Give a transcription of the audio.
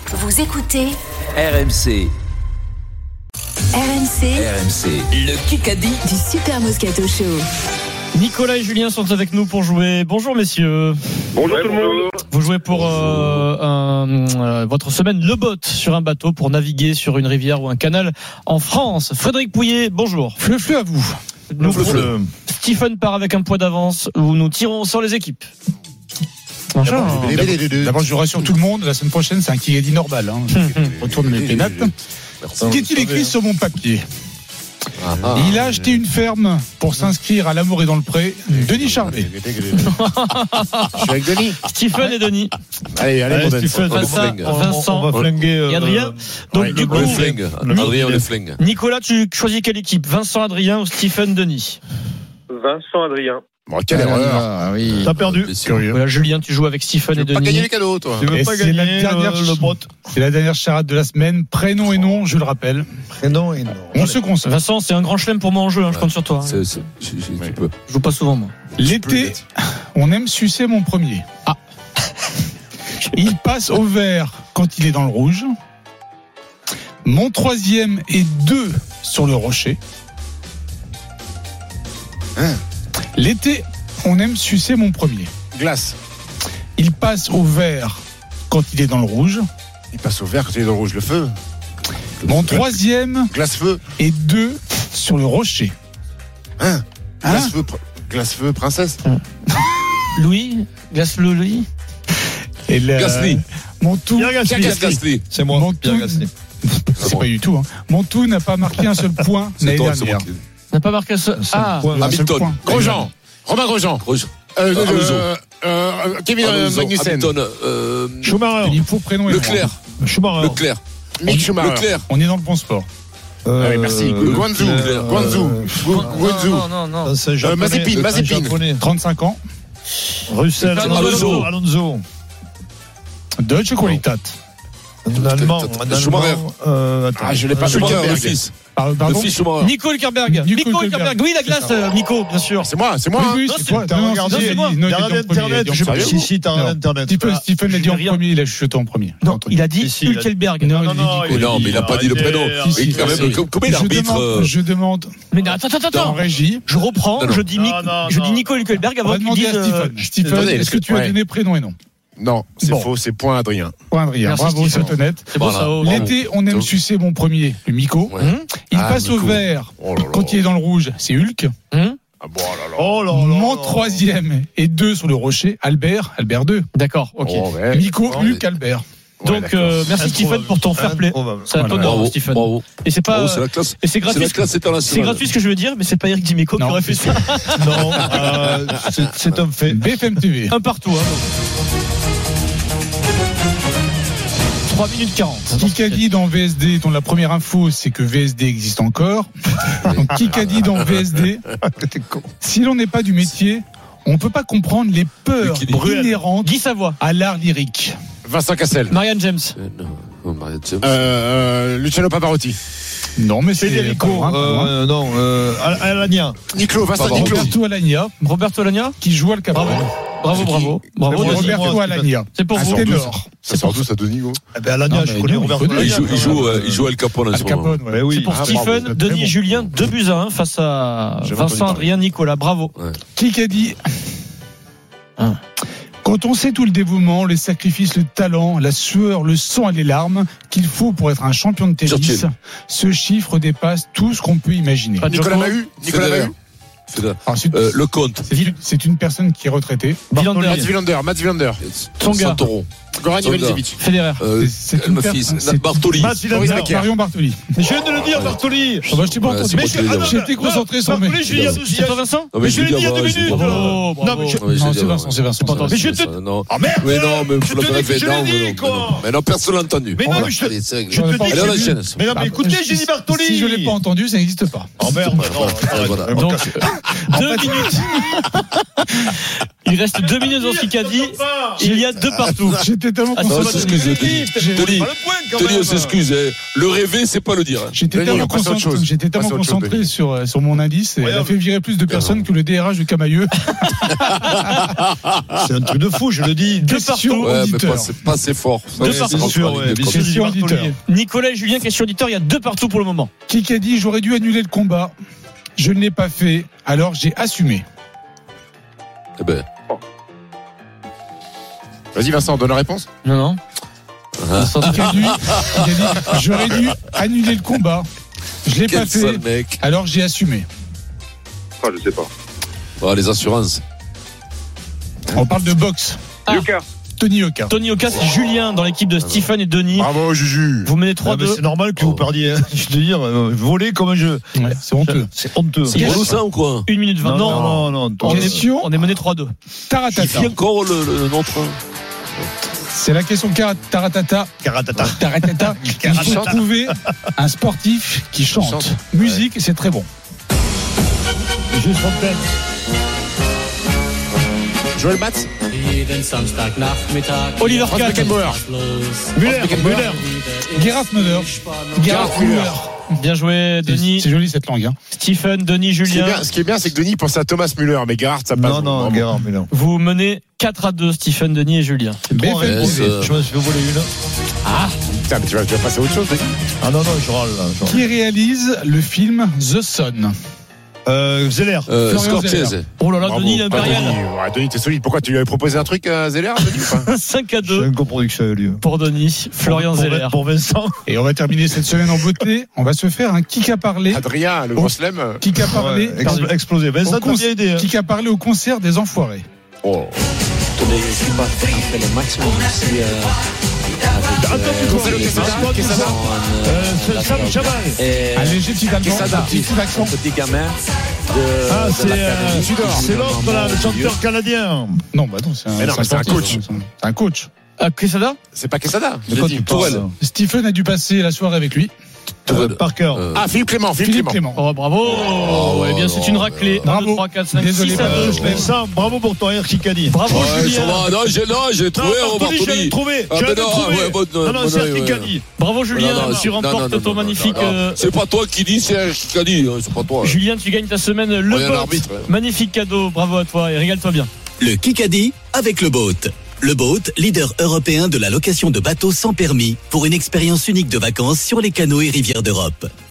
Vous écoutez RMC. RMC, Le Kikadi du Super Moscato Show. Nicolas et Julien sont avec nous pour jouer. Bonjour messieurs. Bonjour tout le monde. Vous jouez pour votre semaine Le Boat sur un bateau pour naviguer sur une rivière ou un canal en France. Frédéric Pouillet, bonjour. Fleu à vous. Stephen part avec un point d'avance où nous tirons sur les équipes. D'abord, je rassure tout le monde. La semaine prochaine, c'est un Kikadi normal. Je retourne mes pénates. Qu'est-il écrit sur mon papier ? Il a acheté une ferme pour s'inscrire à l'amour et dans le pré. Denis Charvet. Je suis avec Denis. Stephen et Denis. Allez, Stephen, Vincent, on va flinguer. et Adrien. Donc du coup, Adrien, on les flingue. Nicolas, tu choisis quelle équipe ? Vincent, Adrien ou Stephen, Denis ? Vincent Adrien. Bon, quelle erreur. Oui. T'as perdu. Voilà, Julien, tu joues avec Stephen et Tu veux pas Denis. gagner les cadeaux, toi. Tu veux Et pas c'est gagner la dernière le bot. C'est la dernière charade de la semaine. Prénom et nom, je le rappelle. Prénom et nom. On se concentre. Vincent, c'est un grand chelem pour moi en jeu, je compte sur toi. Tu peux. Je joue pas souvent, moi. L'été, on aime sucer mon premier. Il passe au vert quand il est dans le rouge. Mon troisième est 2 sur le rocher. L'été, on aime sucer mon premier. Glace. Il passe au vert quand il est dans le rouge. Il passe au vert quand il est dans le rouge. Le feu. Mon troisième Glace-feu. est 2 sur le rocher. Glace-feu, princesse. Louis, Gasly, Louis. Et Gasly. Mon tout, Pierre Gasly. Gasly. C'est moi. Mon Pierre tout- Gasly. c'est pas du tout. Mon tout n'a pas marqué un seul point l'année dernière. N'a pas marqué ce. Ah, Un seul Hamilton. point. Grosjean. Romain Grosjean. Kevin Magnussen. Schumacher. Il faut prénom et nom. Leclerc. Schumacher. Leclerc. Mick Schumacher. Leclerc. On est dans le bon sport. Allez, merci. Guangzhou. non. C'est japonais. Mazepin. Japonais. 35 ans. Russell. Alonso. Deutsche Qualität. Un Allemand. Schumacher. Attends. Je l'ai pas. Schumacher, le fils. Le Pardon. fils Schumacher. Nico Hülkenberg. Nico Nico Hülkenberg. Hülkenberg. Oui, la glace, Nico, bien sûr. C'est moi. Oui, Non, c'est c'est- toi. T'as Non, regardé, c'est moi. il a dit T'as regardé en premier, il a dit en Internet. premier. Si, t'as regardé Internet. Stephen l'a dit en rien. premier, il a chuchoté en premier. Non, il a dit Si, il a dit- Hülkenberg. Non, Non, Mais il n'a pas dit le prénom. Si, Et quand même, comment il arbitre Je demande Mais non, attends. en régie. Je reprends, Non. je dis Nico Hülkenberg On avant va qu'il demander dise. à Stephen. Stephen, Attendez, est-ce que tu as ouais. donné prénom et nom ? Non, c'est Bon. faux. C'est point Adrien. Point Adrien. Merci, Bravo, Stephen. c'est honnête. C'est bon, Voilà. ça. L'été, on aime sucer mon premier, le Miko. Ouais. Il Ah, passe au Miko. vert Oh là là. quand il est dans le rouge, c'est Hulk. Ah bon, oh là là. Oh là là. Mon troisième est 2 sur le rocher, Albert 2. D'accord, ok. Oh, ouais. Miko, Oh, Hulk, Albert. Donc, merci Stephen pour ton fair play. C'est un Voilà. honneur, Bravo. Stephen. Bravo. Et c'est pas. Bravo, c'est la classe. Et c'est C'est gratuit. la classe C'est internationale. gratuit ce que je veux dire, mais c'est pas Eric Dimeco qui Non, aurait fait ça. Non, c'est un fait. BFM TV. Un partout. 3 minutes 40. Kikadi dans VSD, dont la première info, c'est que VSD existe encore. Donc, Kikadi dans VSD. Si l'on n'est pas du métier, on ne peut pas comprendre les peurs Bruel. inhérentes Guy Savoie. à l'art lyrique. Vincent Cassel. Marianne James. Non, Maria James. Luciano Pavarotti. Non, mais c'est Federico. pas loin. Non, Alagna. Vincent Niclot. Roberto Alagna, Roberto Alagna. qui joue Al Capone. Bravo. Roberto Alagna. C'est pour Un vous. ténor. Ça sort d'où ça, Denis? Eh ben Alagna, je connais Roberto Il Alagna. joue Al Capone en Al ce moment. Capone, ouais. oui. C'est pour Ah, Stephen, bravo. Denis Très et bon. Julien, 2-1 face à J'avais entendu Vincent, parler. Adrien, Nicolas. Bravo. Kikadi. Ah. Quand on sait tout le dévouement, les sacrifices, le talent, la sueur, le sang et les larmes qu'il faut pour être un champion de tennis, Churchill. ce chiffre dépasse tout ce qu'on peut imaginer. Pas de Nicolas Djoko. Mahut. Nicolas Federer. Mahut. Ensuite, Le Comte. c'est une personne qui est retraitée. Villander. Mats Wilander. Tsonga. Santoro. Goran Tsonga. Ivanisevic. Federer. C'est Elle une me personne- fils. c'est- Bartoli. Marion Bartoli. Mais je viens de le dire, Bartoli. Ah bah, je t'ai pas Ouais, entendu. c'est moi qui l'ai dit avant. J'étais concentré sur mes. Bartoli, je l'ai dit il y C'est a toi Vincent? Non, mais je l'ai dit il y a 2 minutes. Bravo. Non, mais je- Non, c'est Vincent, c'est Vincent. Mais je te- Non. Ah merde. Mais non, mais Je vous l'avez te dis que fait. je Non, l'ai mais dit, non, quoi. mais non, personne l'a entendu. Mais non, mais je Allez, c'est réglé. je te dis Allez, que on j'ai enchaîne. dit- Mais non, mais écoutez, j'ai dit Bartoli. Si je l'ai pas entendu, ça n'existe pas. Oh merde, non. Voilà. Donc, 2 minutes. Il reste 2 minutes dans ce Kikadi. Il y a 2 partout. J'étais J'étais tellement Ah, Non, concentré. s'excuse, Denis. Pas le point quand Denis, même. on s'excuse. Le rêver, c'est pas le dire. J'étais Denis, tellement on passe à autre concentré, chose. j'étais tellement On passe à autre chose, concentré Denis. sur mon indice. Et Ouais, elle a fait virer plus de personnes que le DRH de Camailleux. C'est un truc de fou, je le dis. Deux Question partout. Ouais, mais auditeur. pas assez fort. Deux C'est partout. sûr, Ouais, bien sûr. Question auditeur. Nicolas et Julien, question auditeur, il y a 2 partout pour le moment. Qui a dit j'aurais dû annuler le combat? Je ne l'ai pas fait, alors j'ai assumé. Eh ben, Vas-y, Vincent, donne la réponse. Non, non. Qui a dit j'aurais dû annuler le combat. Je l'ai pas quel fait, sale mec. alors j'ai assumé. Ah, je sais pas. Oh, les assurances. On parle de boxe. Ah. Yoka. Tony Oka. Tony Oka, c'est Julien dans l'équipe de Stephen et Denis. Bravo, Juju. Vous menez Ah, mais 3-2. c'est normal que vous perdiez. Je veux dire, voler comme un jeu. Ouais, c'est honteux. C'est honteux. C'est Gros ça ou quoi? 1 minute 20. Non, non. Question On est mené 3-2. Qui Taratata. fait encore le nôtre? C'est la question Taratata. Karatata. Taratata. Il faut trouver un sportif qui chante. Chante. Musique, c'est très bon. Juste Fontaine. Joël Batz. Oliver Franz Kahn. Beckenbauer. Müller. Gerhard Müller. Gerhard Müller. Bien joué, Denis. C'est joli cette langue. Hein. Stephen, Denis, Julien. Ce qui est bien, c'est que Denis pense à Thomas Müller, mais Gerhard, ça passe. Non, Vraiment. Gerhard Müller. Vous menez 4-2, Stephen, Denis et Julien. BFM Yes, TV. Je me suis fait voler une. Putain, mais tu vas passer à autre chose, Denis. Ah non, je râle là. Qui réalise le film The Sun? Zeller. Scorsese. Oh là là, Bravo. Denis Ah, l'Impérial. Denis, ouais, Denis, t'es solide. Pourquoi tu lui avais proposé un truc à Zeller, Denis, ou pas 5-2 J'ai une coproduction avec lui. pour Denis. Florian Zeller. Pour Vincent. Et on va terminer cette semaine en beauté. On va se faire un qui a parlé. Adrien, le gros slem. Qui a parlé. Ouais, explosé. Vincent, t'as bien aidé. Hein. Qui a parlé au concert des Enfoirés. Oh. Gonzalo Quesada. Sam Chaval. Un léger petit allemand, Quesada. un petit accent. Ah, c'est l'autre là, le chanteur canadien. Non, bah non, c'est Mais non, mais c'est un sportif. coach. C'est un coach. Quesada. C'est pas Quesada. Je l'ai dit, Tourelle. Stephen a dû passer la soirée avec lui. Parker. Ah, Philippe Clément. Philippe Clément. Oh, bravo. Eh bien, c'est une raclée. 1, 2, Bravo. 3, 4, 5, Désolé, 6 à 2. Vincent, bravo pour ton air Kikadi. Bravo, Ouais, ça Julien. va. Non, j'ai trouvé, Bartoli, je l'ai trouvé. Ah, Je l'ai ben non, trouvé. ouais, bon, Non, bon, c'est ouais, Kikadi. Bravo, Julien. Non, Tu remportes non, ton magnifique. C'est pas toi qui dis, c'est qui a dit. C'est pas toi. Julien, tu gagnes ta semaine le Rien boat. d'arbitre, ouais. Magnifique cadeau. Bravo à toi et régale-toi bien. Le Kikadi avec le Boat. Le Boat, leader européen de la location de bateaux sans permis, pour une expérience unique de vacances sur les canaux et rivières d'Europe.